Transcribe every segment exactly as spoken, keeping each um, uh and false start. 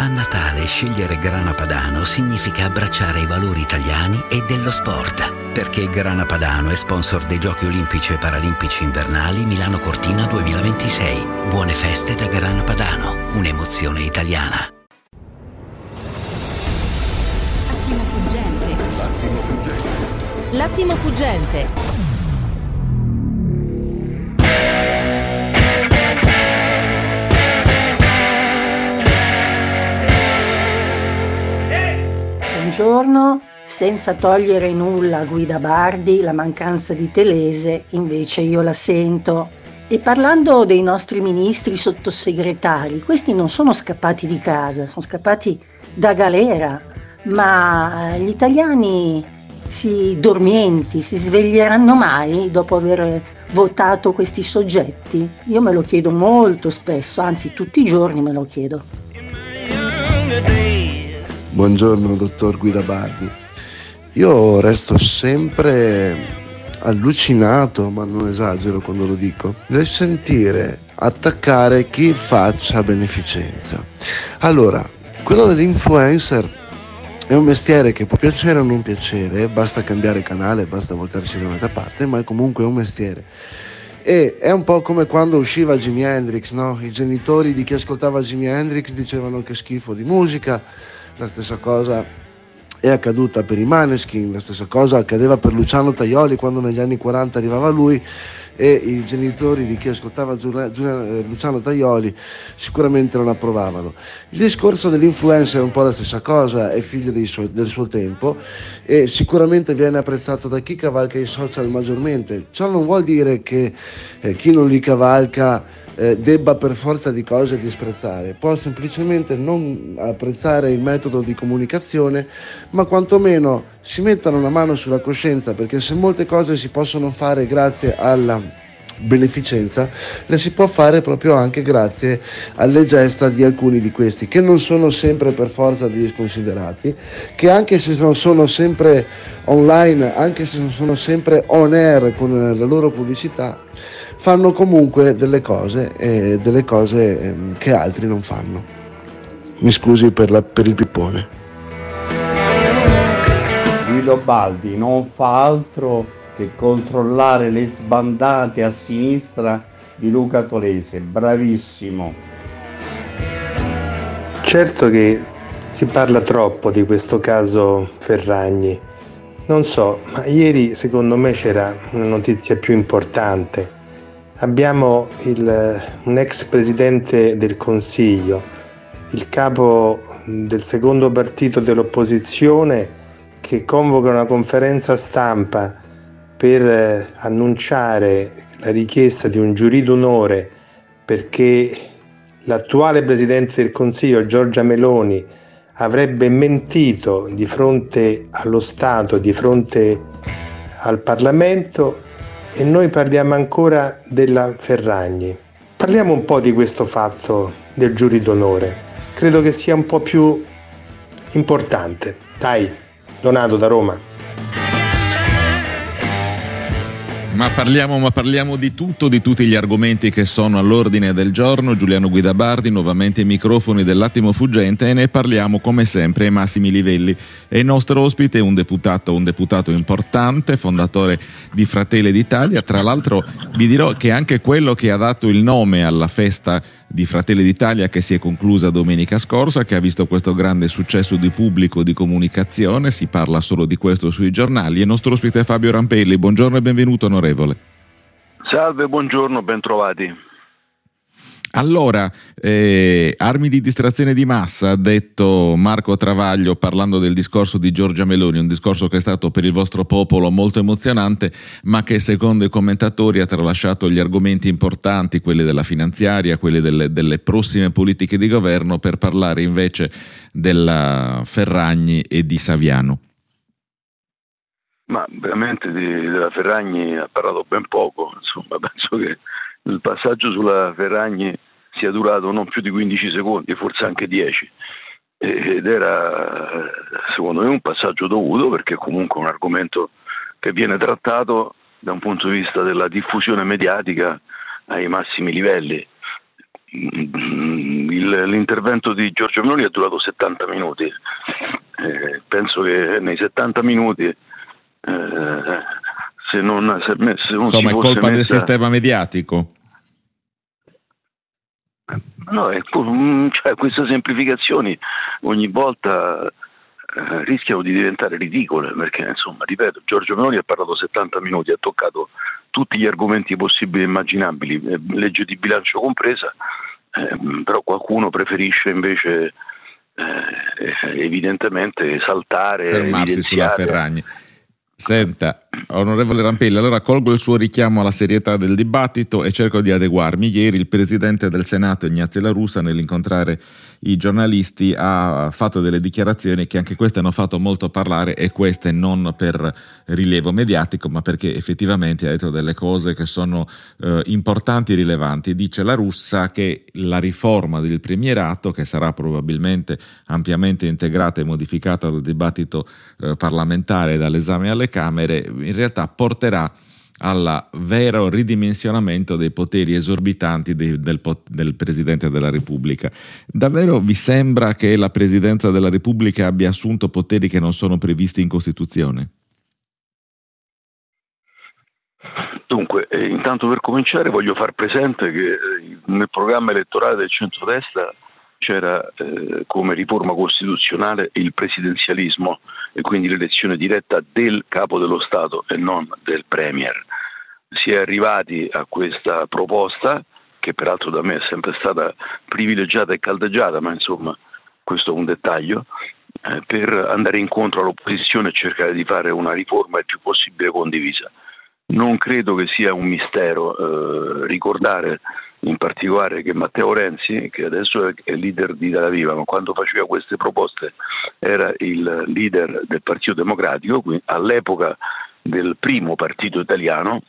A Natale scegliere Grana Padano significa abbracciare i valori italiani e dello sport, perché Grana Padano è sponsor dei Giochi Olimpici e Paralimpici Invernali Milano Cortina duemilaventisei. Buone feste da Grana Padano, un'emozione italiana. L'attimo fuggente. L'attimo fuggente. L'attimo fuggente. Buongiorno, senza togliere nulla a Guida Bardi, la mancanza di Telese invece io la sento. E parlando dei nostri ministri sottosegretari, questi non sono scappati di casa, sono scappati da galera, ma gli italiani si dormienti, si sveglieranno mai dopo aver votato questi soggetti? Io me lo chiedo molto spesso, anzi tutti i giorni me lo chiedo. Buongiorno dottor Guida Bardi, io resto sempre allucinato, ma non esagero quando lo dico, nel sentire attaccare chi faccia beneficenza. Allora, quello dell'influencer è un mestiere che può piacere o non piacere, basta cambiare canale, basta voltarsi da un'altra parte, ma è comunque un mestiere. E è un po' come quando usciva Jimi Hendrix, no? I genitori di chi ascoltava Jimi Hendrix dicevano che schifo di musica. La stessa cosa è accaduta per i Maneskin, la stessa cosa accadeva per Luciano Tajoli quando negli anni quaranta arrivava lui, e i genitori di chi ascoltava Giulia, Giulia, Luciano Tajoli sicuramente non approvavano. Il discorso dell'influencer è un po' la stessa cosa, è figlio dei suoi, del suo tempo e sicuramente viene apprezzato da chi cavalca i social maggiormente. Ciò non vuol dire che eh, chi non li cavalca Eh, debba per forza di cose disprezzare, può semplicemente non apprezzare il metodo di comunicazione, ma quantomeno si mettano una mano sulla coscienza, perché se molte cose si possono fare grazie alla beneficenza, le si può fare proprio anche grazie alle gesta di alcuni di questi, che non sono sempre per forza degli sconsiderati, che anche se non sono sempre online, anche se non sono sempre on air con la loro pubblicità, fanno comunque delle cose, eh, delle cose eh, che altri non fanno. Mi scusi per, la, per il pippone. Guido Baldi non fa altro che controllare le sbandate a sinistra di Luca Tolese, bravissimo. Certo che si parla troppo di questo caso Ferragni. Non so, ma ieri secondo me c'era una notizia più importante. Abbiamo il, un ex presidente del Consiglio, il capo del secondo partito dell'opposizione, che convoca una conferenza stampa per eh, annunciare la richiesta di un giurì d'onore perché l'attuale presidente del Consiglio, Giorgia Meloni, avrebbe mentito di fronte allo Stato, di fronte al Parlamento. E noi parliamo ancora della Ferragni. Parliamo un po' di questo fatto del giurì d'onore. Credo che sia un po' più importante. Dai, Donato da Roma. Ma parliamo, ma parliamo di tutto, di tutti gli argomenti che sono all'ordine del giorno. Giuliano Guida Bardi, nuovamente ai microfoni dell'Attimo Fuggente, e ne parliamo come sempre ai massimi livelli. E il nostro ospite è un deputato, un deputato importante, fondatore di Fratelli d'Italia. Tra l'altro vi dirò che è anche quello che ha dato il nome alla festa di Fratelli d'Italia che si è conclusa domenica scorsa, che ha visto questo grande successo di pubblico, di comunicazione. Si parla solo di questo sui giornali. E il nostro ospite è Fabio Rampelli. Buongiorno e benvenuto, onorevole. Salve, buongiorno, ben trovati. Allora, eh, armi di distrazione di massa, ha detto Marco Travaglio parlando del discorso di Giorgia Meloni, un discorso che è stato per il vostro popolo molto emozionante, ma che secondo i commentatori ha tralasciato gli argomenti importanti, quelli della finanziaria, quelli delle, delle prossime politiche di governo, per parlare invece della Ferragni e di Saviano. Ma veramente di, della Ferragni ha parlato ben poco, insomma, penso che il passaggio sulla Ferragni sia durato non più di quindici secondi, forse anche dieci, ed era secondo me un passaggio dovuto, perché comunque è un argomento che viene trattato da un punto di vista della diffusione mediatica ai massimi livelli. il, l'intervento di Giorgia Meloni è durato settanta minuti. Eh, penso che nei settanta minuti eh, se non, se, se non insomma si è colpa messa... del sistema mediatico. No, è, cioè, queste semplificazioni ogni volta eh, rischiano di diventare ridicole, perché insomma, ripeto, Giorgia Meloni ha parlato settanta minuti, ha toccato tutti gli argomenti possibili e immaginabili, eh, legge di bilancio compresa, eh, però qualcuno preferisce invece eh, evidentemente esaltare, fermarsi sulla Ferragni. Senta, onorevole Rampelli, allora colgo il suo richiamo alla serietà del dibattito e cerco di adeguarmi. Ieri il presidente del Senato, Ignazio La Russa, nell'incontrare i giornalisti ha fatto delle dichiarazioni che anche queste hanno fatto molto parlare, e queste non per rilievo mediatico ma perché effettivamente ha detto delle cose che sono eh, importanti e rilevanti. Dice La Russa che la riforma del premierato, che sarà probabilmente ampiamente integrata e modificata dal dibattito eh, parlamentare e dall'esame alle Camere, in realtà porterà al vero ridimensionamento dei poteri esorbitanti di, del, del Presidente della Repubblica. Davvero vi sembra che la Presidenza della Repubblica abbia assunto poteri che non sono previsti in Costituzione? Dunque, eh, intanto per cominciare voglio far presente che eh, nel programma elettorale del centrodestra c'era eh, come riforma costituzionale il presidenzialismo e quindi l'elezione diretta del capo dello Stato e non del Premier. Si è arrivati a questa proposta, che peraltro da me è sempre stata privilegiata e caldeggiata, ma insomma questo è un dettaglio, eh, per andare incontro all'opposizione e cercare di fare una riforma il più possibile condivisa. Non credo che sia un mistero eh, ricordare in particolare che Matteo Renzi, che adesso è leader di Italia Viva, ma quando faceva queste proposte era il leader del Partito Democratico, quindi all'epoca del primo partito italiano,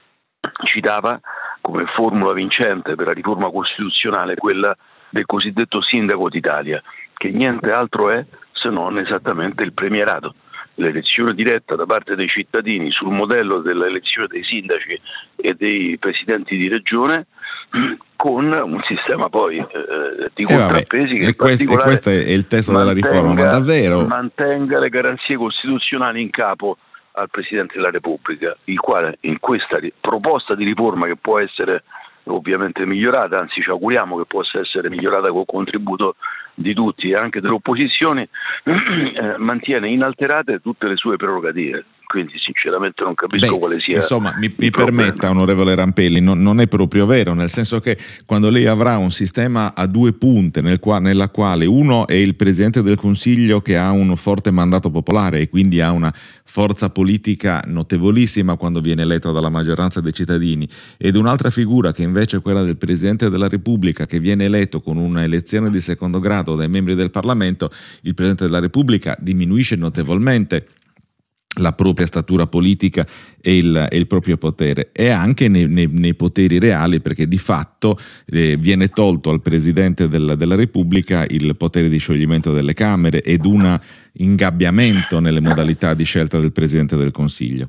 citava come formula vincente per la riforma costituzionale quella del cosiddetto sindaco d'Italia, che niente altro è se non esattamente il premierato, l'elezione diretta da parte dei cittadini sul modello dell'elezione dei sindaci e dei presidenti di regione, con un sistema poi eh, di contrappesi eh che e, questo, e questo è il testo della riforma, ma davvero mantenga le garanzie costituzionali in capo al Presidente della Repubblica, il quale in questa proposta di riforma, che può essere ovviamente migliorata, anzi ci auguriamo che possa essere migliorata col contributo di tutti e anche delle opposizioni, eh, mantiene inalterate tutte le sue prerogative. Quindi sinceramente non capisco Beh, quale sia. Insomma, mi, mi permetta, onorevole Rampelli, non, non è proprio vero, nel senso che quando lei avrà un sistema a due punte nel qua, nella quale uno è il Presidente del Consiglio che ha un forte mandato popolare e quindi ha una forza politica notevolissima quando viene eletto dalla maggioranza dei cittadini, ed un'altra figura che invece è quella del Presidente della Repubblica che viene eletto con una elezione di secondo grado dai membri del Parlamento, il Presidente della Repubblica diminuisce notevolmente la propria statura politica e il, e il proprio potere, e anche nei, nei, nei poteri reali, perché di fatto eh, viene tolto al Presidente del, della Repubblica il potere di scioglimento delle Camere ed un ingabbiamento nelle modalità di scelta del Presidente del Consiglio.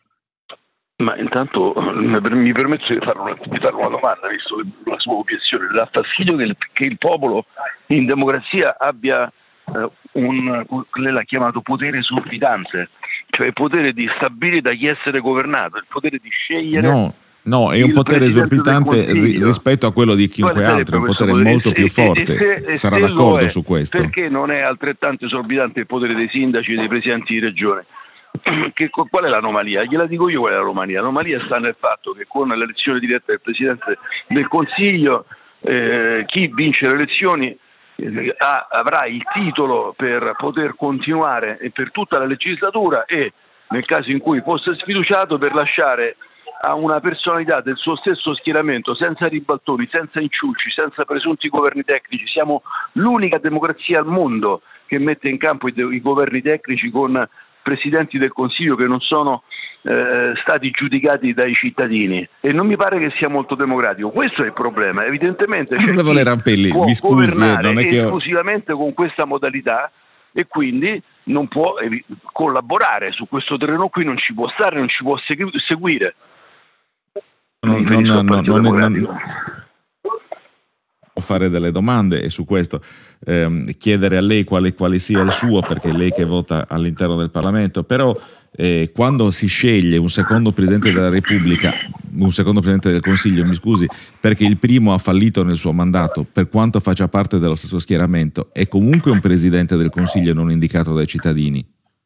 Ma intanto mi permetto di fare una, di fare una domanda, visto la sua obiezione. Dà fastidio che il, che il popolo in democrazia abbia eh, un, lei l'ha chiamato potere esorbitante, cioè il potere di stabilire da chi essere governato, il potere di scegliere. No, no, è un potere esorbitante ri- rispetto a quello di chiunque altro, è un potere molto e, più forte. E se, e Sarà se d'accordo è, su questo? Perché non è altrettanto esorbitante il potere dei sindaci e dei presidenti di regione? Che, qual è l'anomalia? Gliela dico io qual è l'anomalia. L'anomalia sta nel fatto che con l'elezione diretta del Presidente del Consiglio eh, chi vince le elezioni eh, ha, avrà il titolo per poter continuare per tutta la legislatura e, nel caso in cui fosse sfiduciato, per lasciare a una personalità del suo stesso schieramento, senza ribaltoni, senza inciuci, senza presunti governi tecnici. Siamo l'unica democrazia al mondo che mette in campo i, i governi tecnici con presidenti del Consiglio che non sono eh, stati giudicati dai cittadini, e non mi pare che sia molto democratico. Questo è il problema. Evidentemente c'è chi Rampelli, può mi scusi, governare non è che esclusivamente io... con questa modalità e quindi non può eh, collaborare su questo terreno qui, non ci può stare, non ci può segui- seguire. Non, non, non, non, non, fare delle domande e su questo ehm, chiedere a lei quale, quale sia il suo, perché è lei che vota all'interno del Parlamento, però eh, quando si sceglie un secondo Presidente della Repubblica, un secondo Presidente del Consiglio, mi scusi, perché il primo ha fallito nel suo mandato, per quanto faccia parte dello stesso schieramento, è comunque un Presidente del Consiglio non indicato dai cittadini?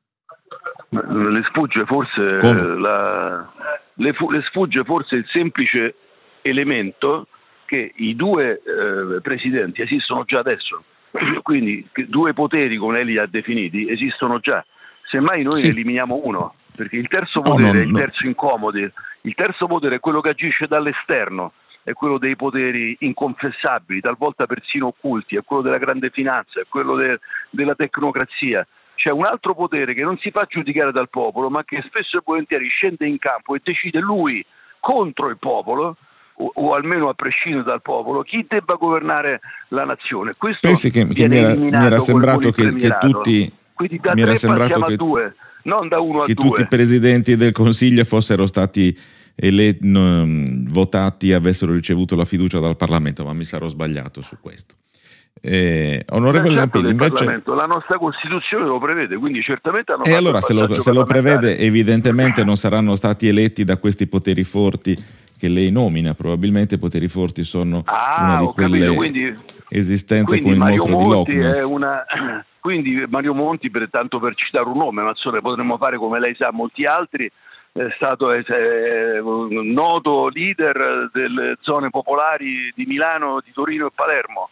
Le sfugge forse la, le, fu, le sfugge forse il semplice elemento che i due eh, presidenti esistono già adesso, quindi due poteri come lei li ha definiti esistono già, semmai noi sì. ne eliminiamo uno, perché il terzo potere, no, no, il terzo no. incomodo, il terzo potere è quello che agisce dall'esterno, è quello dei poteri inconfessabili, talvolta persino occulti, è quello della grande finanza, è quello de, della tecnocrazia. C'è un altro potere che non si fa giudicare dal popolo, ma che spesso e volentieri scende in campo e decide lui contro il popolo, o, o almeno a prescindere dal popolo, chi debba governare la nazione. Questo pensi che, che mi, era, mi era sembrato che, che tutti quindi da mi tre era sembrato passiamo che, a due, non da uno a che due. tutti i presidenti del Consiglio fossero stati ele- n- votati, avessero ricevuto la fiducia dal Parlamento, ma mi sarò sbagliato su questo. Eh, onorevole certo Rampelli, invece la nostra Costituzione lo prevede, quindi certamente hanno e fatto allora se lo, se lo prevede, evidentemente non saranno stati eletti da questi poteri forti che lei nomina. Probabilmente i poteri forti sono ah, una di quelle capito, quindi, esistenze quindi come il Mario mostro Monti di Loch Ness. È una, quindi Mario Monti, per, tanto per citare un nome, ma insomma potremmo fare come lei sa molti altri, è stato è, è, un noto leader delle zone popolari di Milano, di Torino e Palermo.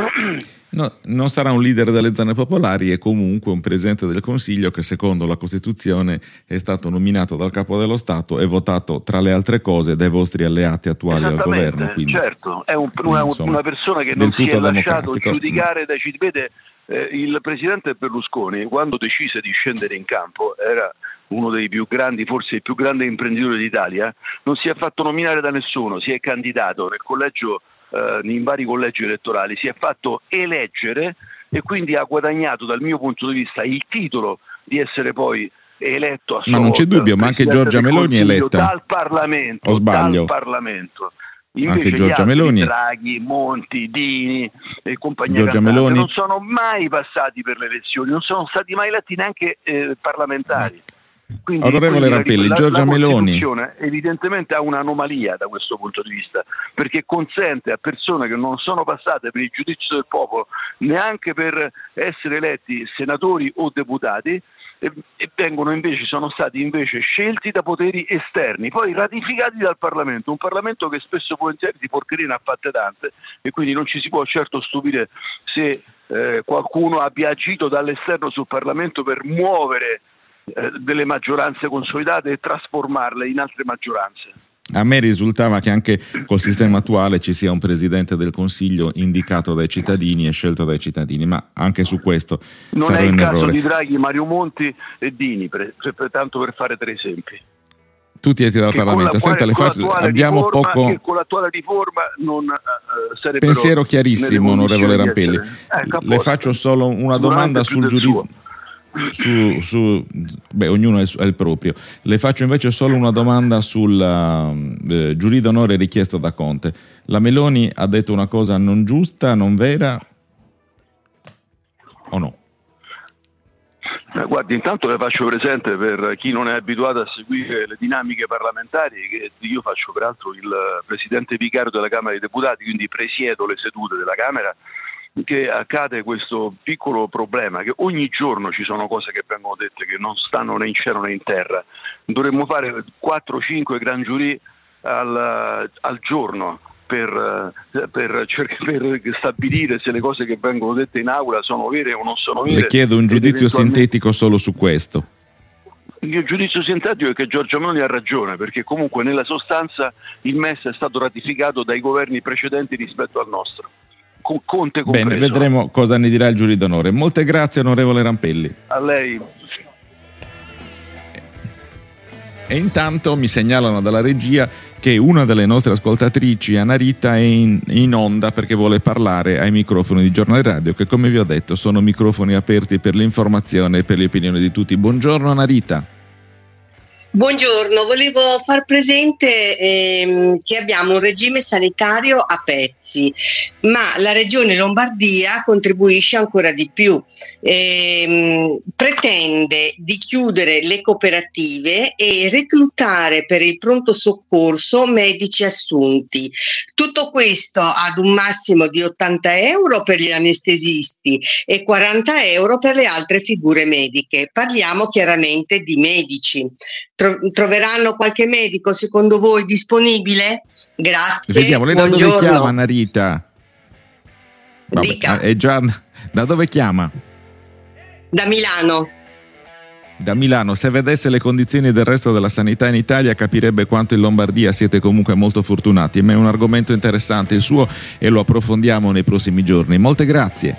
No, non sarà un leader delle zone popolari, è comunque un Presidente del Consiglio che secondo la Costituzione è stato nominato dal Capo dello Stato e votato tra le altre cose dai vostri alleati attuali al governo. Quindi, certo, è un, una, insomma, una persona che non si è lasciato giudicare dai cittadini. Eh, il Presidente Berlusconi, quando decise di scendere in campo, era uno dei più grandi, forse il più grande imprenditore d'Italia, non si è fatto nominare da nessuno, si è candidato nel collegio, in vari collegi elettorali, si è fatto eleggere e quindi ha guadagnato dal mio punto di vista il titolo di essere poi eletto a sua ma non c'è dubbio, ma anche Giorgia Meloni è eletta dal Parlamento, o sbaglio? Dal Parlamento. Invece anche Giorgia Meloni, Draghi, Monti, Dini e compagnia Giorgia cantante Meloni non sono mai passati per le elezioni, non sono stati mai eletti neanche eh, parlamentari. Quindi, onorevole quindi Rampelli, la, Giorgia la Meloni evidentemente ha un'anomalia da questo punto di vista, perché consente a persone che non sono passate per il giudizio del popolo neanche per essere eletti senatori o deputati e, e vengono invece, sono stati invece scelti da poteri esterni, poi ratificati dal Parlamento, un Parlamento che spesso volentieri di porcherie ne ha fatte tante e quindi non ci si può certo stupire se eh, qualcuno abbia agito dall'esterno sul Parlamento per muovere delle maggioranze consolidate e trasformarle in altre maggioranze. A me risultava che anche col sistema attuale ci sia un Presidente del Consiglio indicato dai cittadini e scelto dai cittadini, ma anche su questo non sarò è il in caso errore. di Draghi, Mario Monti e Dini, per, per, tanto per fare tre esempi. Tutti eletti dal che Parlamento. Senta, le faccio, abbiamo riforma, poco. Che con l'attuale riforma non uh, sarebbero pensiero chiarissimo, onorevole Rampelli. Ecco, le faccio solo una domanda sul giudizio. Su, su, beh, ognuno è il proprio. Le faccio invece solo una domanda sul eh, giurì d'onore richiesto da Conte. La Meloni ha detto una cosa non giusta, non vera o no? Eh, guardi, intanto le faccio presente, per chi non è abituato a seguire le dinamiche parlamentari, che io faccio peraltro il presidente vicario della Camera dei Deputati, quindi presiedo le sedute della Camera, che accade questo piccolo problema, che ogni giorno ci sono cose che vengono dette che non stanno né in cielo né in terra. Dovremmo fare quattro cinque gran giurì al, al giorno per, per, per stabilire se le cose che vengono dette in aula sono vere o non sono vere. Le chiedo un giudizio eventualmente... sintetico solo su questo. Il mio giudizio sintetico è che Giorgia Meloni ha ragione, perché comunque nella sostanza il M E S è stato ratificato dai governi precedenti rispetto al nostro. Con Conte compreso. Bene, vedremo cosa ne dirà il giurì d'onore. Molte grazie, onorevole Rampelli. A lei. E intanto mi segnalano dalla regia che una delle nostre ascoltatrici, Anna Rita, è in, in onda perché vuole parlare ai microfoni di Giornale Radio, che come vi ho detto sono microfoni aperti per l'informazione e per le opinioni di tutti. Buongiorno Anna Rita. Buongiorno, volevo far presente ehm, che abbiamo un regime sanitario a pezzi, ma la Regione Lombardia contribuisce ancora di più. Ehm, pretende di chiudere le cooperative e reclutare per il pronto soccorso medici assunti. Tutto questo ad un massimo di ottanta euro per gli anestesisti e quaranta euro per le altre figure mediche. Parliamo chiaramente di medici. Troveranno qualche medico secondo voi disponibile? Grazie. Vediamo, lei da dove chiama, Anna Rita? Vabbè, Dica. È già, da dove chiama? Da Milano. Da Milano. Se vedesse le condizioni del resto della sanità in Italia capirebbe quanto in Lombardia siete comunque molto fortunati, ma è un argomento interessante il suo e lo approfondiamo nei prossimi giorni. Molte grazie.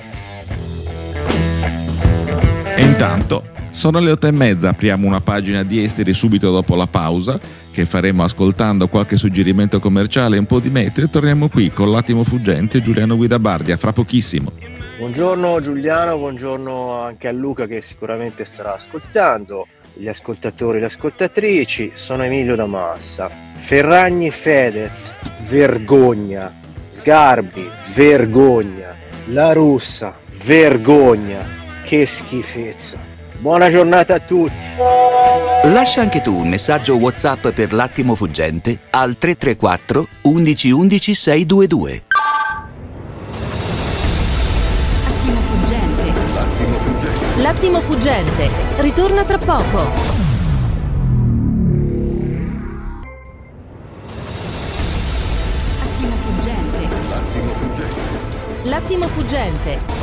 E intanto sono le otto e mezza, apriamo una pagina di esteri subito dopo la pausa che faremo ascoltando qualche suggerimento commerciale e un po' di metri e torniamo qui con l'attimo fuggente Giuliano Guidabardi, fra pochissimo. Buongiorno Giuliano, buongiorno anche a Luca che sicuramente starà ascoltando, gli ascoltatori e le ascoltatrici. Sono Emilio da Massa. Ferragni Fedez, vergogna. Sgarbi, vergogna. La Russa, vergogna. Che schifezza. Buona giornata a tutti. Lascia anche tu un messaggio WhatsApp per l'attimo fuggente al tre tre quattro undici undici seicentoventidue. Attimo fuggente. L'attimo fuggente. L'attimo fuggente. Ritorna tra poco. Attimo fuggente. L'attimo fuggente. L'attimo fuggente.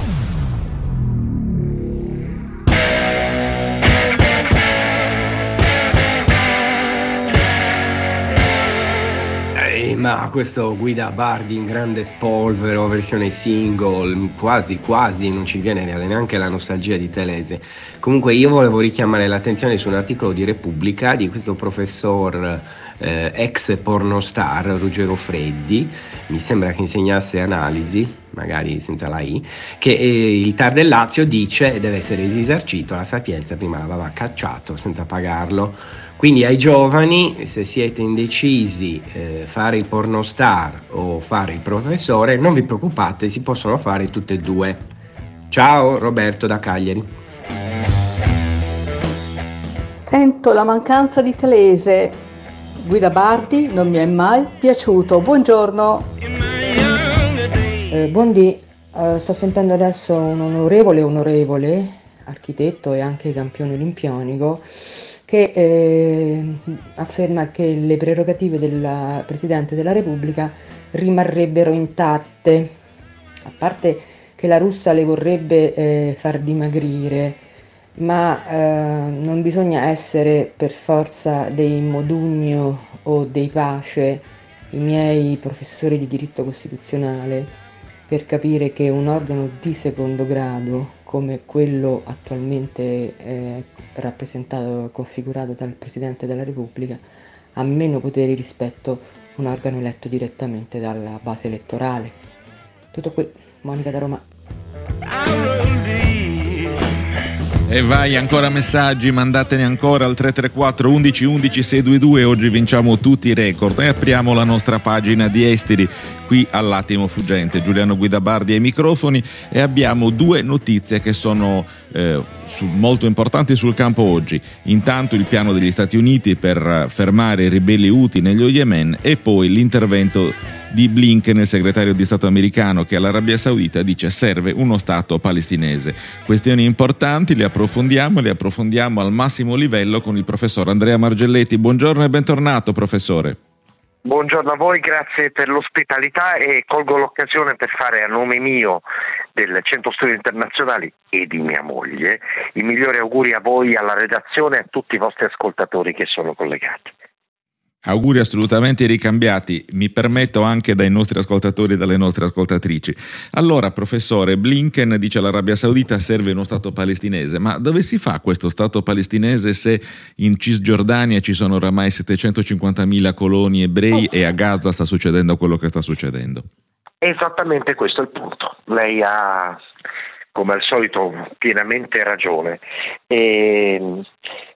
Ma questo Guidabardi in grande spolvero, versione single, quasi quasi non ci viene neanche la nostalgia di Telese. Comunque io volevo richiamare l'attenzione su un articolo di Repubblica di questo professor eh, ex pornostar Ruggero Freddi, mi sembra che insegnasse analisi, magari senza la I, che eh, il Tar del Lazio dice deve essere risarcito, la Sapienza prima l'aveva cacciato senza pagarlo. Quindi ai giovani, se siete indecisi, eh, fare il pornostar o fare il professore, non vi preoccupate, si possono fare tutte e due. Ciao, Roberto da Cagliari. Sento la mancanza di Telese. Guidabardi non mi è mai piaciuto. Buongiorno. Eh, buondì, eh, sto sentendo adesso un onorevole onorevole, architetto e anche campione olimpionico, che eh, afferma che le prerogative del Presidente della Repubblica rimarrebbero intatte, a parte che la Russa le vorrebbe eh, far dimagrire, ma eh, non bisogna essere per forza dei Modugno o dei Pace, i miei professori di diritto costituzionale, per capire che un organo di secondo grado come quello attualmente eh, rappresentato e configurato dal Presidente della Repubblica ha meno poteri rispetto a un organo eletto direttamente dalla base elettorale. Tutto qui, Monica da Roma. E vai, ancora messaggi, mandatene ancora al tre tre quattro undici undici seicentoventidue. Oggi vinciamo tutti i record e apriamo la nostra pagina di esteri qui all'attimo fuggente. Giuliano Guidabardi ai microfoni e abbiamo due notizie che sono eh, su, molto importanti sul campo oggi. Intanto il piano degli Stati Uniti per fermare i ribelli Houthi nello Yemen e poi l'intervento di Blinken, il segretario di Stato americano, che all'Arabia Saudita dice serve uno Stato palestinese. Questioni importanti, le approfondiamo, le approfondiamo al massimo livello con il professor Andrea Margelletti. Buongiorno e bentornato, professore. Buongiorno a voi, grazie per l'ospitalità e colgo l'occasione per fare a nome mio, del Centro Studi Internazionali e di mia moglie i migliori auguri a voi, alla redazione e a tutti i vostri ascoltatori che sono collegati. Auguri assolutamente ricambiati, mi permetto anche dai nostri ascoltatori e dalle nostre ascoltatrici. Allora, professore, Blinken dice all'Arabia Saudita serve uno Stato palestinese, ma dove si fa questo Stato palestinese se in Cisgiordania ci sono oramai settecentocinquantamila coloni ebrei e a Gaza sta succedendo quello che sta succedendo? Esattamente questo è il punto. Lei ha, come al solito, pienamente ragione. E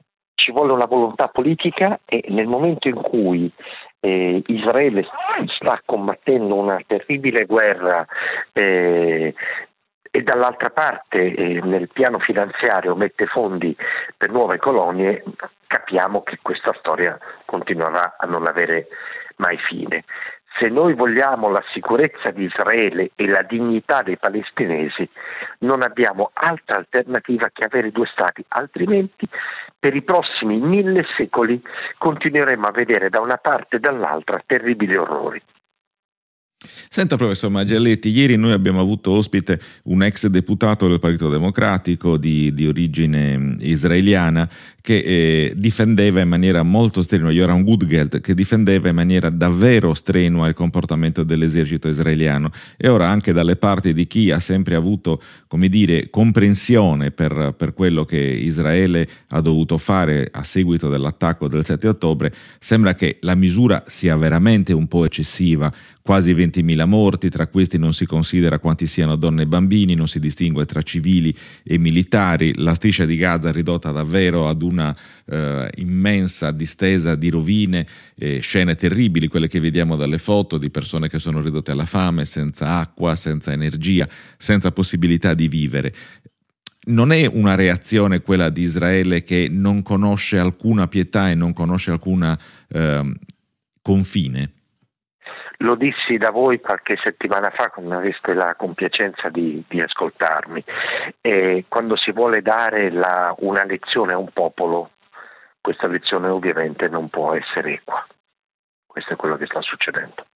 ci vuole una volontà politica e nel momento in cui eh, Israele sta combattendo una terribile guerra eh, e dall'altra parte eh, nel piano finanziario mette fondi per nuove colonie, capiamo che questa storia continuerà a non avere mai fine. Se noi vogliamo la sicurezza di Israele e la dignità dei palestinesi, non abbiamo altra alternativa che avere due stati, altrimenti per i prossimi mille secoli continueremo a vedere da una parte e dall'altra terribili orrori. Senta professor Magelletti, ieri noi abbiamo avuto ospite un ex deputato del Partito Democratico di, di origine israeliana che eh, difendeva in maniera molto strenua, Yoram Gutgeld, che difendeva in maniera davvero strenua il comportamento dell'esercito israeliano, e ora anche dalle parti di chi ha sempre avuto, come dire, comprensione per, per quello che Israele ha dovuto fare a seguito dell'attacco del sette ottobre, sembra che la misura sia veramente un po' eccessiva. Quasi ventimila morti, tra questi non si considera quanti siano donne e bambini, non si distingue tra civili e militari, la striscia di Gaza ridotta davvero ad una eh, immensa distesa di rovine, eh, scene terribili, quelle che vediamo dalle foto di persone che sono ridotte alla fame, senza acqua, senza energia, senza possibilità di vivere. Non è una reazione quella di Israele che non conosce alcuna pietà e non conosce alcuna eh, confine? Lo dissi da voi qualche settimana fa quando aveste la compiacenza di, di ascoltarmi. E quando si vuole dare la, una lezione a un popolo, questa lezione ovviamente non può essere equa. Questo è quello che sta succedendo.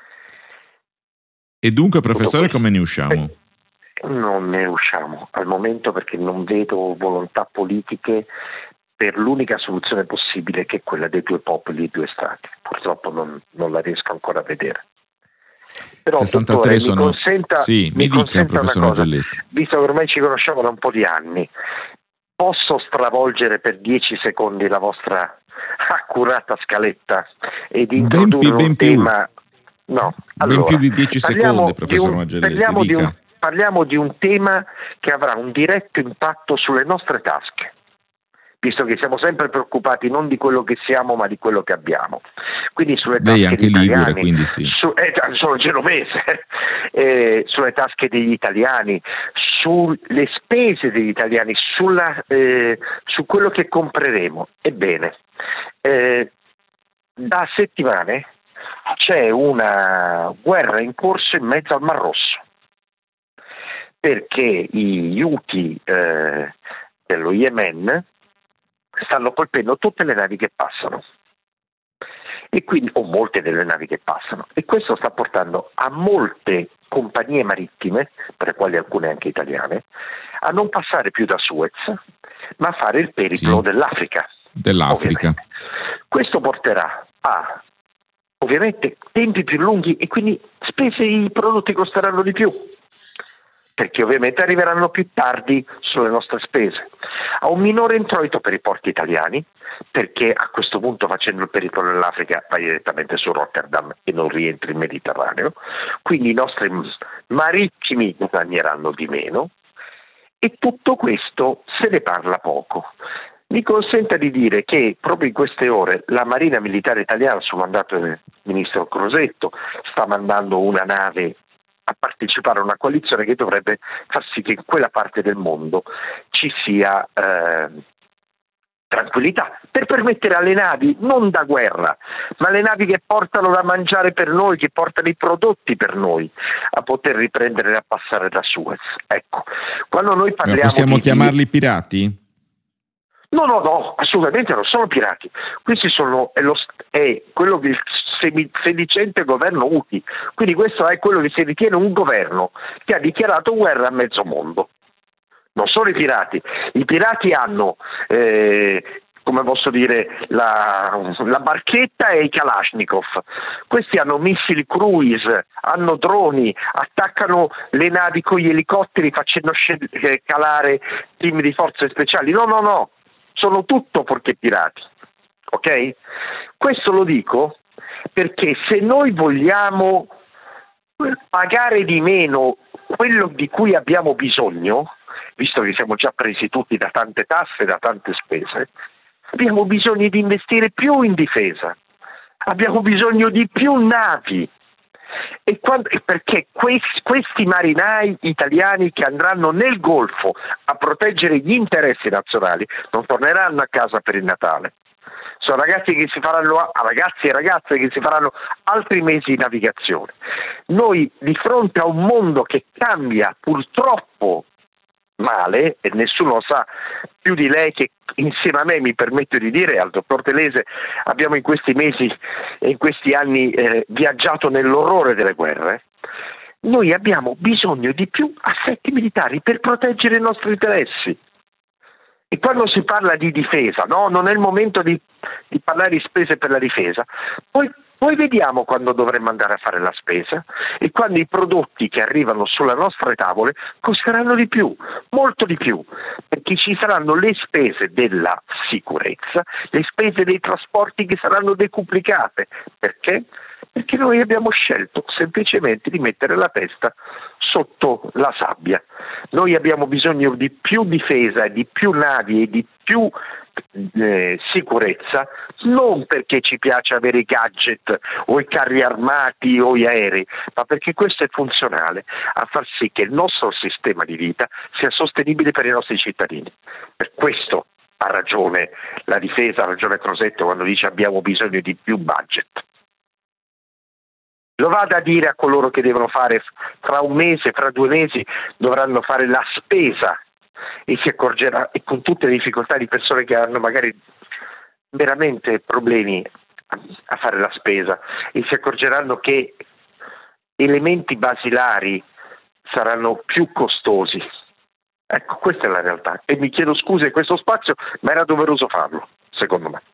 E dunque, professore, come ne usciamo? Non ne usciamo al momento perché non vedo volontà politiche per l'unica soluzione possibile, che è quella dei due popoli e due stati. Purtroppo non, non la riesco ancora a vedere. Però dottore, sono... mi consenta, sì, mi mi dica, consenta una cosa, Magelletti. Visto che ormai ci conosciamo da un po' di anni, posso stravolgere per dieci secondi la vostra accurata scaletta ed introdurre ben, ben un più. tema... No, allora, ben più di dieci secondi, professor un, Magelletti, parliamo dica. Di un, parliamo di un tema che avrà un diretto impatto sulle nostre tasche, visto che siamo sempre preoccupati non di quello che siamo ma di quello che abbiamo. Quindi sulle tasche Lei anche degli ligure, italiani, quindi sì. Su, eh, sono genovese, eh, sulle tasche degli italiani, sulle spese degli italiani, sulla, eh, su quello che compreremo. Ebbene, eh, da settimane c'è una guerra in corso in mezzo al Mar Rosso, perché gli Houthi eh, dello Yemen stanno colpendo tutte le navi che passano, e quindi, o molte delle navi che passano, e questo sta portando a molte compagnie marittime, per le quali alcune anche italiane, a non passare più da Suez, ma a fare il periplo sì. dell'Africa. Dell'Africa. Ovviamente. Questo porterà a ovviamente tempi più lunghi e quindi spese, i prodotti costeranno di più, perché ovviamente arriveranno più tardi sulle nostre spese, a un minore introito per i porti italiani, perché a questo punto, facendo il periplo nell'Africa, vai direttamente su Rotterdam e non rientri in Mediterraneo, quindi i nostri marittimi guadagneranno di meno, e tutto questo se ne parla poco. Mi consenta di dire che proprio in queste ore la Marina Militare Italiana, su mandato del ministro Crosetto, sta mandando una nave a partecipare a una coalizione che dovrebbe far sì che in quella parte del mondo ci sia eh, tranquillità, per permettere alle navi, non da guerra, ma le navi che portano da mangiare per noi, che portano i prodotti per noi, a poter riprendere e a passare da Suez. Ecco, quando noi parliamo Ma possiamo di chiamarli pirati? No, no, no, assolutamente non sono pirati. Questi sono è, lo, è quello che il sedicente governo Houthi. Quindi questo è quello che si ritiene un governo che ha dichiarato guerra a mezzo mondo. Non sono i pirati. I pirati hanno, eh, come posso dire, la, la barchetta e i Kalashnikov. Questi hanno missili cruise, hanno droni, attaccano le navi con gli elicotteri facendo scel- calare team di forze speciali. No, no, no. Sono tutto fuorché pirati, ok? Questo lo dico perché se noi vogliamo pagare di meno quello di cui abbiamo bisogno, visto che siamo già presi tutti da tante tasse, da tante spese, abbiamo bisogno di investire più in difesa, abbiamo bisogno di più navi. E quando, perché questi, questi marinai italiani che andranno nel Golfo a proteggere gli interessi nazionali non torneranno a casa per il Natale. Sono ragazzi che si faranno, ragazzi e ragazze che si faranno altri mesi di navigazione. Noi di fronte a un mondo che cambia purtroppo male, e nessuno lo sa più di lei che insieme a me, mi permetto di dire, al dottor Telese, abbiamo in questi mesi e in questi anni eh, viaggiato nell'orrore delle guerre. Noi abbiamo bisogno di più assetti militari per proteggere i nostri interessi. E quando si parla di difesa, no, non è il momento di, di parlare di spese per la difesa, poi, poi vediamo quando dovremmo andare a fare la spesa e quando i prodotti che arrivano sulle nostre tavole costeranno di più, molto di più, perché ci saranno le spese della sicurezza, le spese dei trasporti che saranno decuplicate. Perché? Perché noi abbiamo scelto semplicemente di mettere la testa sotto la sabbia. Noi abbiamo bisogno di più difesa, di più navi e di più eh, sicurezza, non perché ci piace avere i gadget o i carri armati o gli aerei, ma perché questo è funzionale a far sì che il nostro sistema di vita sia sostenibile per i nostri cittadini. Per questo ha ragione la difesa, ha ragione Crosetto quando dice abbiamo bisogno di più budget. Lo vada a dire a coloro che devono fare fra un mese, fra due mesi, dovranno fare la spesa e si accorgerà, e con tutte le difficoltà di persone che hanno magari veramente problemi a, a fare la spesa, e si accorgeranno che elementi basilari saranno più costosi. Ecco, questa è la realtà. E mi chiedo scusa in questo spazio, ma era doveroso farlo, secondo me.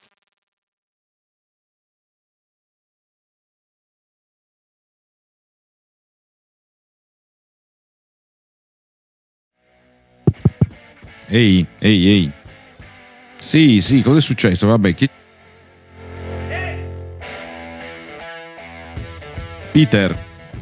Ehi, ehi, ehi. Sì, sì, cosa è successo? Vabbè, chi... Peter.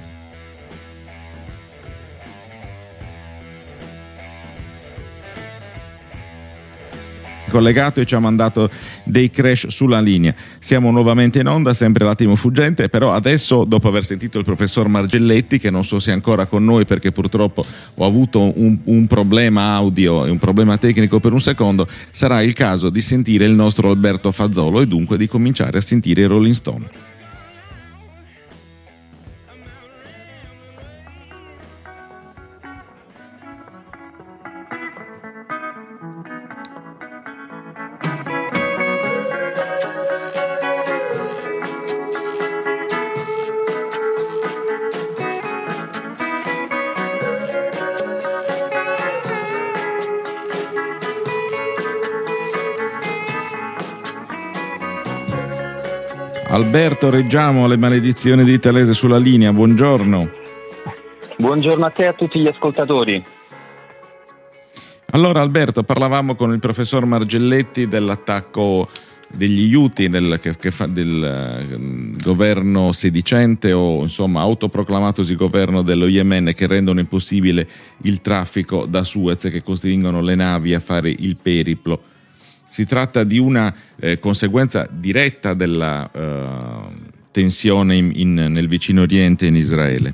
Collegato e ci ha mandato dei crash sulla linea. Siamo nuovamente in onda, sempre l'attimo fuggente, però adesso, dopo aver sentito il professor Margelletti, che non so se è ancora con noi perché purtroppo ho avuto un, un problema audio e un problema tecnico per un secondo, sarà il caso di sentire il nostro Alberto Fazzolo e dunque di cominciare a sentire i Rolling Stone. Alberto, reggiamo le maledizioni di Telese sulla linea, buongiorno. Buongiorno a te e a tutti gli ascoltatori. Allora Alberto, parlavamo con il professor Margelletti dell'attacco degli Houthi, del, che, che fa, del uh, governo sedicente o insomma autoproclamatosi governo dello Yemen, che rendono impossibile il traffico da Suez e che costringono le navi a fare il periplo. Si tratta di una eh, conseguenza diretta della eh, tensione in, in, nel vicino Oriente e in Israele.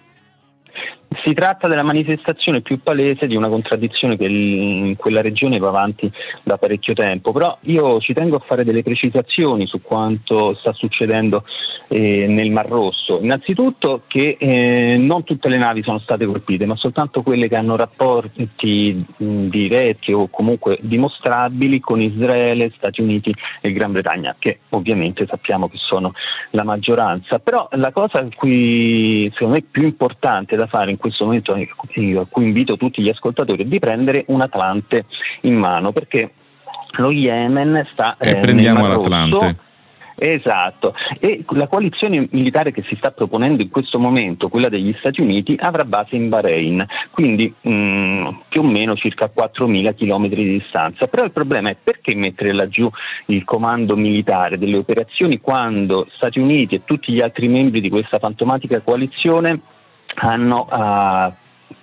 Si tratta della manifestazione più palese di una contraddizione che in quella regione va avanti da parecchio tempo, però io ci tengo a fare delle precisazioni su quanto sta succedendo eh, nel Mar Rosso. Innanzitutto che eh, non tutte le navi sono state colpite, ma soltanto quelle che hanno rapporti mh, diretti o comunque dimostrabili con Israele, Stati Uniti e Gran Bretagna, che ovviamente sappiamo che sono la maggioranza. Però la cosa a cui secondo me più importante da fare in questo momento, a cui invito tutti gli ascoltatori, è di prendere un Atlante in mano, perché lo Yemen sta e eh, prendiamo nel Mar l'Atlante. Rosso. Esatto, e la coalizione militare che si sta proponendo in questo momento, quella degli Stati Uniti, avrà base in Bahrain, quindi mh, più o meno circa quattromila chilometri di distanza. Però il problema è perché mettere laggiù il comando militare delle operazioni quando Stati Uniti e tutti gli altri membri di questa fantomatica coalizione hanno uh,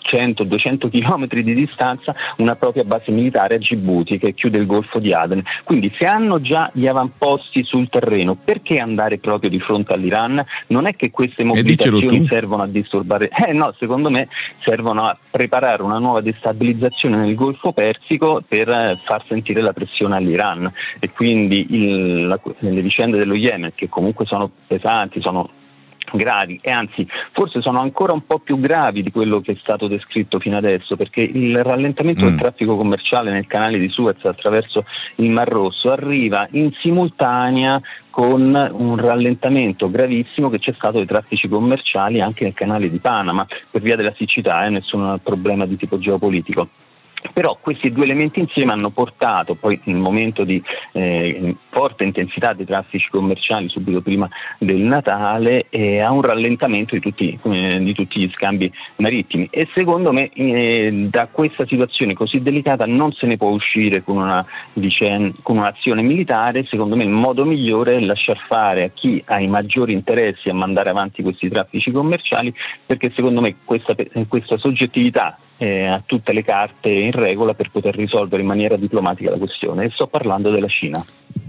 cento duecento chilometri di distanza una propria base militare a Djibouti, che chiude il Golfo di Aden. Quindi se hanno già gli avamposti sul terreno, perché andare proprio di fronte all'Iran? Non è che queste mobilitazioni servono a disturbare, eh no, secondo me servono a preparare una nuova destabilizzazione nel Golfo Persico per far sentire la pressione all'Iran, e quindi il, la, le vicende dello Yemen, che comunque sono pesanti, sono gravi, e anzi forse sono ancora un po' più gravi di quello che è stato descritto fino adesso, perché il rallentamento mm. del traffico commerciale nel canale di Suez attraverso il Mar Rosso arriva in simultanea con un rallentamento gravissimo che c'è stato dei traffici commerciali anche nel canale di Panama per via della siccità, eh, nessun problema di tipo geopolitico. Però questi due elementi insieme hanno portato poi, nel momento di eh, forte intensità dei traffici commerciali subito prima del Natale, eh, a un rallentamento di tutti, eh, di tutti gli scambi marittimi, e secondo me eh, da questa situazione così delicata non se ne può uscire con, una, dicen- con un'azione militare. Secondo me il modo migliore è lasciar fare a chi ha i maggiori interessi a mandare avanti questi traffici commerciali, perché secondo me questa, questa soggettività Eh, ha tutte le carte in regola per poter risolvere in maniera diplomatica la questione, e sto parlando della Cina.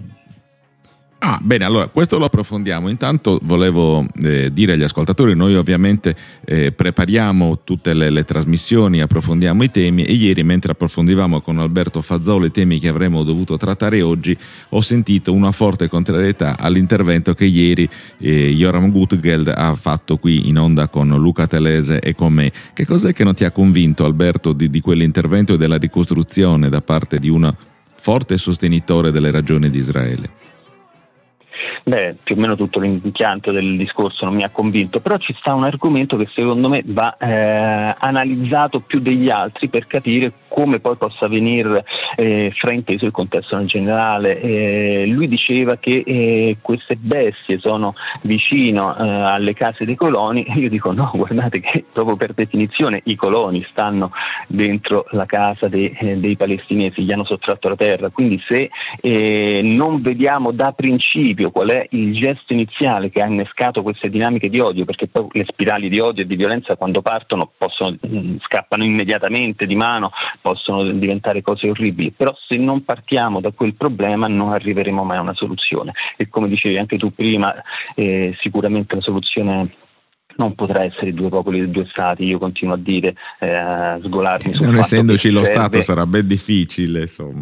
Ah, bene, allora questo lo approfondiamo. Intanto volevo eh, dire agli ascoltatori, noi ovviamente eh, prepariamo tutte le, le trasmissioni, approfondiamo i temi, e ieri, mentre approfondivamo con Alberto Fazzolo i temi che avremmo dovuto trattare oggi, ho sentito una forte contrarietà all'intervento che ieri eh, Joram Gutgeld ha fatto qui in onda con Luca Telese e con me. Che cos'è che non ti ha convinto, Alberto, di, di quell'intervento e della ricostruzione da parte di un forte sostenitore delle ragioni di Israele? Beh, più o meno tutto l'impianto del discorso non mi ha convinto, però ci sta un argomento che secondo me va eh, analizzato più degli altri per capire come poi possa venire eh, frainteso il contesto in generale. Eh, lui diceva che eh, queste bestie sono vicino eh, alle case dei coloni, e io dico no, guardate che proprio per definizione i coloni stanno dentro la casa dei, eh, dei palestinesi, gli hanno sottratto la terra, quindi se eh, non vediamo da principio qual è il gesto iniziale che ha innescato queste dinamiche di odio, perché poi le spirali di odio e di violenza quando partono possono mh, scappano immediatamente di mano, possono diventare cose orribili, però se non partiamo da quel problema non arriveremo mai a una soluzione, e come dicevi anche tu prima, eh, sicuramente la soluzione non potrà essere due popoli e due stati. Io continuo a dire, eh, a sgolarmi sul non fatto essendoci che lo serve... Stato sarà ben difficile, insomma.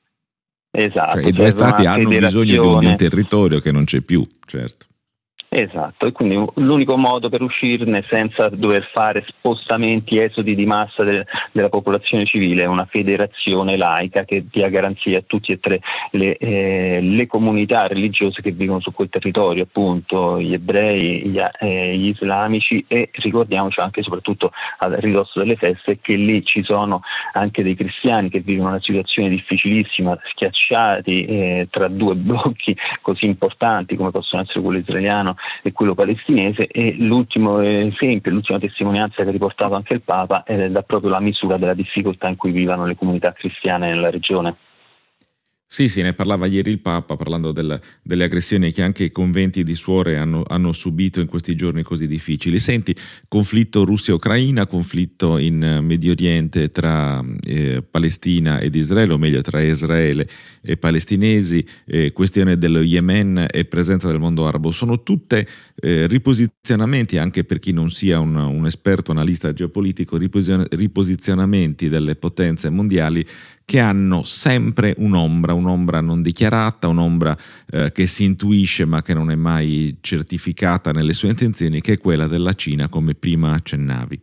Esatto, cioè, i due stati hanno bisogno di un, di un territorio che non c'è più, certo. Esatto, e quindi l'unico modo per uscirne senza dover fare spostamenti, esodi di massa de- della popolazione civile è una federazione laica che dia garanzia a tutti e tre le, eh, le comunità religiose che vivono su quel territorio, appunto gli ebrei, gli, eh, gli islamici, e ricordiamoci anche soprattutto al ridosso delle feste che lì ci sono anche dei cristiani che vivono una situazione difficilissima, schiacciati eh, tra due blocchi così importanti come possono essere quello israeliano e quello palestinese, e l'ultimo esempio, l'ultima testimonianza che ha riportato anche il Papa è da proprio la misura della difficoltà in cui vivono le comunità cristiane nella regione. Sì, sì, ne parlava ieri il Papa, parlando del, delle aggressioni che anche i conventi di suore hanno, hanno subito in questi giorni così difficili. Senti, conflitto Russia-Ucraina, conflitto in Medio Oriente tra eh, Palestina ed Israele, o meglio tra Israele e palestinesi, eh, questione dello Yemen e presenza del mondo arabo, sono tutte eh, riposizionamenti, anche per chi non sia un, un esperto analista geopolitico, riposi- riposizionamenti delle potenze mondiali che hanno sempre un'ombra, un'ombra non dichiarata, un'ombra eh, che si intuisce ma che non è mai certificata nelle sue intenzioni, che è quella della Cina, come prima accennavi.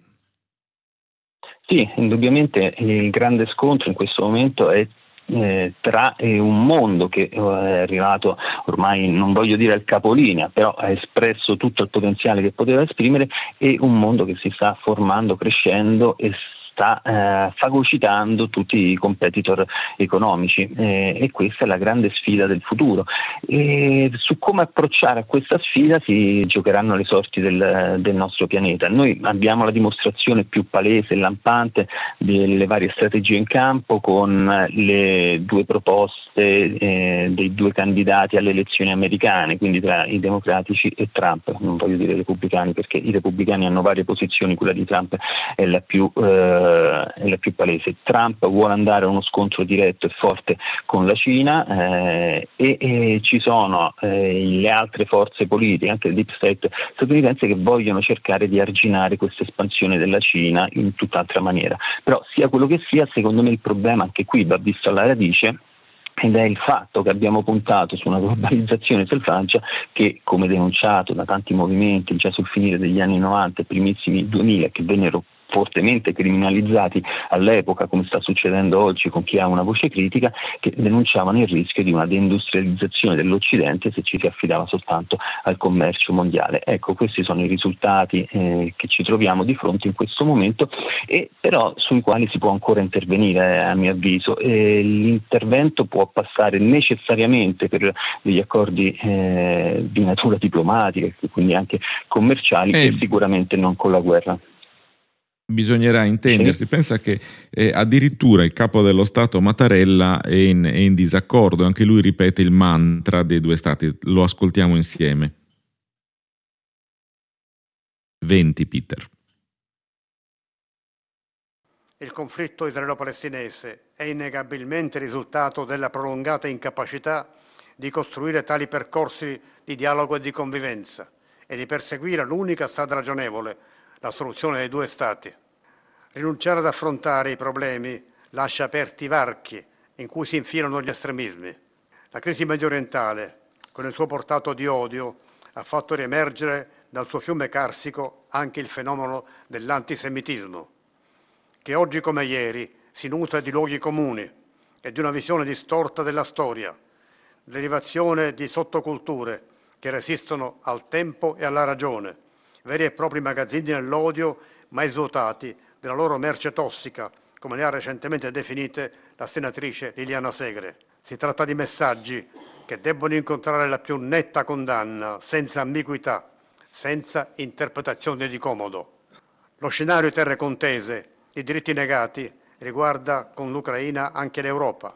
Sì, indubbiamente il grande scontro in questo momento è Eh, tra eh, un mondo che eh, è arrivato ormai, non voglio dire al capolinea, però ha espresso tutto il potenziale che poteva esprimere, e un mondo che si sta formando, crescendo e sta eh, fagocitando tutti i competitor economici eh, e questa è la grande sfida del futuro. E su come approcciare a questa sfida si giocheranno le sorti del, del nostro pianeta. Noi abbiamo la dimostrazione più palese e lampante delle varie strategie in campo con le due proposte eh, dei due candidati alle elezioni americane, quindi tra i democratici e Trump. Non voglio dire repubblicani perché i repubblicani hanno varie posizioni, quella di Trump è la più, eh, è la più palese. Trump vuole andare a uno scontro diretto e forte con la Cina eh, e, e ci sono eh, le altre forze politiche, anche il deep state statunitense, che vogliono cercare di arginare questa espansione della Cina in tutt'altra maniera. Però sia quello che sia, secondo me il problema anche qui va visto alla radice, ed è il fatto che abbiamo puntato su una globalizzazione selvaggia che, come denunciato da tanti movimenti già sul finire degli anni novanta e primissimi duemila, che vennero fortemente criminalizzati all'epoca, come sta succedendo oggi con chi ha una voce critica, che denunciavano il rischio di una deindustrializzazione dell'Occidente se ci si affidava soltanto al commercio mondiale. Ecco, questi sono i risultati eh, che ci troviamo di fronte in questo momento, e però sui quali si può ancora intervenire, a mio avviso. E l'intervento può passare necessariamente per degli accordi eh, di natura diplomatica, quindi anche commerciali, e sicuramente non con la guerra. Bisognerà intendersi. Pensa che eh, addirittura il capo dello Stato Mattarella è in, è in disaccordo, anche lui ripete il mantra dei due stati. Lo ascoltiamo insieme. venti Peter. Il conflitto israelo-palestinese è innegabilmente risultato della prolungata incapacità di costruire tali percorsi di dialogo e di convivenza e di perseguire l'unica strada ragionevole, la soluzione dei due stati. Rinunciare ad affrontare i problemi lascia aperti i varchi in cui si infilano gli estremismi. La crisi mediorientale, con il suo portato di odio, ha fatto riemergere dal suo fiume carsico anche il fenomeno dell'antisemitismo, che oggi come ieri si nutre di luoghi comuni e di una visione distorta della storia, derivazione di sottoculture che resistono al tempo e alla ragione, veri e propri magazzini dell'odio mai svuotati della loro merce tossica, come le ha recentemente definite la senatrice Liliana Segre. Si tratta di messaggi che debbono incontrare la più netta condanna, senza ambiguità, senza interpretazione di comodo. Lo scenario di terre contese, i diritti negati, riguarda con l'Ucraina anche l'Europa.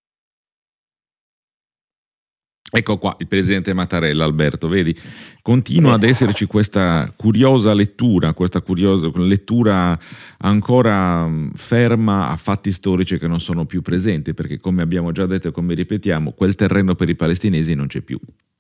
Ecco qua il presidente Mattarella, Alberto, vedi, continua ad esserci questa curiosa lettura, questa curiosa lettura ancora ferma a fatti storici che non sono più presenti, perché come abbiamo già detto e come ripetiamo, quel terreno per i palestinesi non c'è più.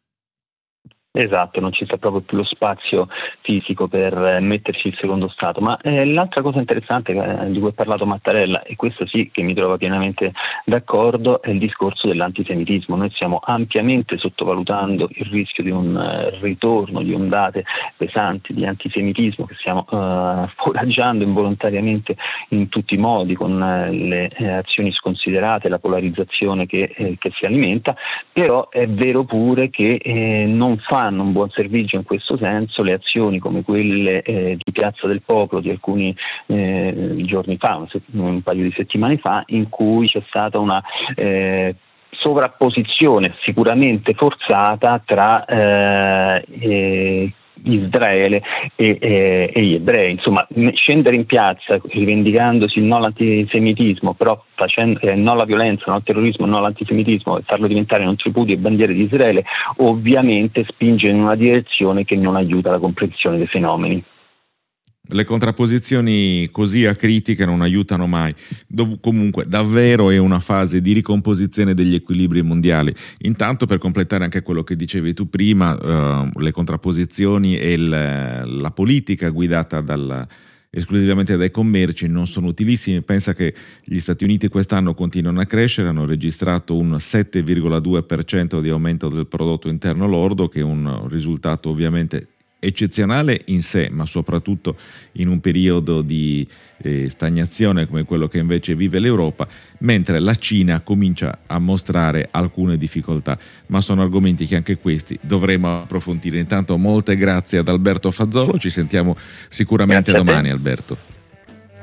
Esatto, non ci sta proprio più lo spazio fisico per eh, metterci il secondo Stato. Ma eh, l'altra cosa interessante eh, di cui ha parlato Mattarella, e questo sì che mi trova pienamente d'accordo, è il discorso dell'antisemitismo. Noi stiamo ampiamente sottovalutando il rischio di un eh, ritorno di ondate pesanti di antisemitismo che stiamo eh, foraggiando involontariamente in tutti i modi con eh, le eh, azioni sconsiderate, la polarizzazione che, eh, che si alimenta. Però è vero pure che eh, non fa fanno un buon servizio in questo senso le azioni come quelle eh, di Piazza del Popolo di alcuni eh, giorni fa, un, un paio di settimane fa, in cui c'è stata una eh, sovrapposizione sicuramente forzata tra eh, eh, Israele e, e, e gli ebrei. Insomma, scendere in piazza rivendicandosi il no all'antisemitismo, però facendo eh, no alla violenza, no al terrorismo, no all'antisemitismo, e farlo diventare un tripudio e bandiere di Israele, ovviamente spinge in una direzione che non aiuta la comprensione dei fenomeni. Le contrapposizioni così acritiche non aiutano mai. Dov- comunque davvero è una fase di ricomposizione degli equilibri mondiali. Intanto, per completare anche quello che dicevi tu prima, uh, le contrapposizioni e il, la politica guidata dal, esclusivamente dai commerci non sono utilissimi. Pensa che gli Stati Uniti quest'anno continuano a crescere, hanno registrato un sette virgola due per cento di aumento del prodotto interno lordo, che è un risultato ovviamente eccezionale in sé, ma soprattutto in un periodo di eh, stagnazione come quello che invece vive l'Europa, mentre la Cina comincia a mostrare alcune difficoltà. Ma sono argomenti che anche questi dovremo approfondire. Intanto molte grazie ad Alberto Fazzolo, ci sentiamo sicuramente domani, Alberto.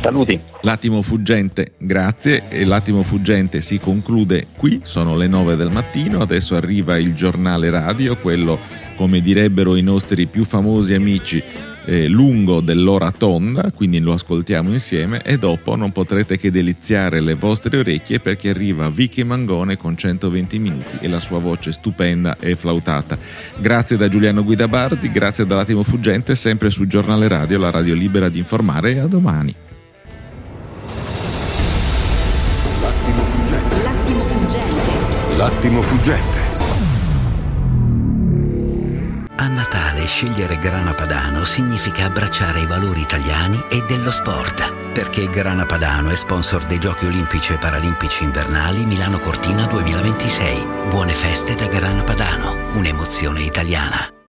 Saluti. L'attimo fuggente, grazie. E l'attimo fuggente si conclude qui, sono le nove del mattino, adesso arriva il giornale radio, quello, come direbbero i nostri più famosi amici, eh, lungo dell'ora tonda, quindi lo ascoltiamo insieme e dopo non potrete che deliziare le vostre orecchie perché arriva Vicky Mangone con centoventi minuti e la sua voce stupenda e flautata. Grazie da Giuliano Guidabardi, grazie dall'attimo fuggente, sempre su Giornale Radio, la radio libera di informare, e a domani. L'attimo fuggente. L'attimo fuggente. L'attimo fuggente. A Natale scegliere Grana Padano significa abbracciare i valori italiani e dello sport, perché Grana Padano è sponsor dei Giochi Olimpici e Paralimpici Invernali Milano Cortina duemilaventisei. Buone feste da Grana Padano, un'emozione italiana.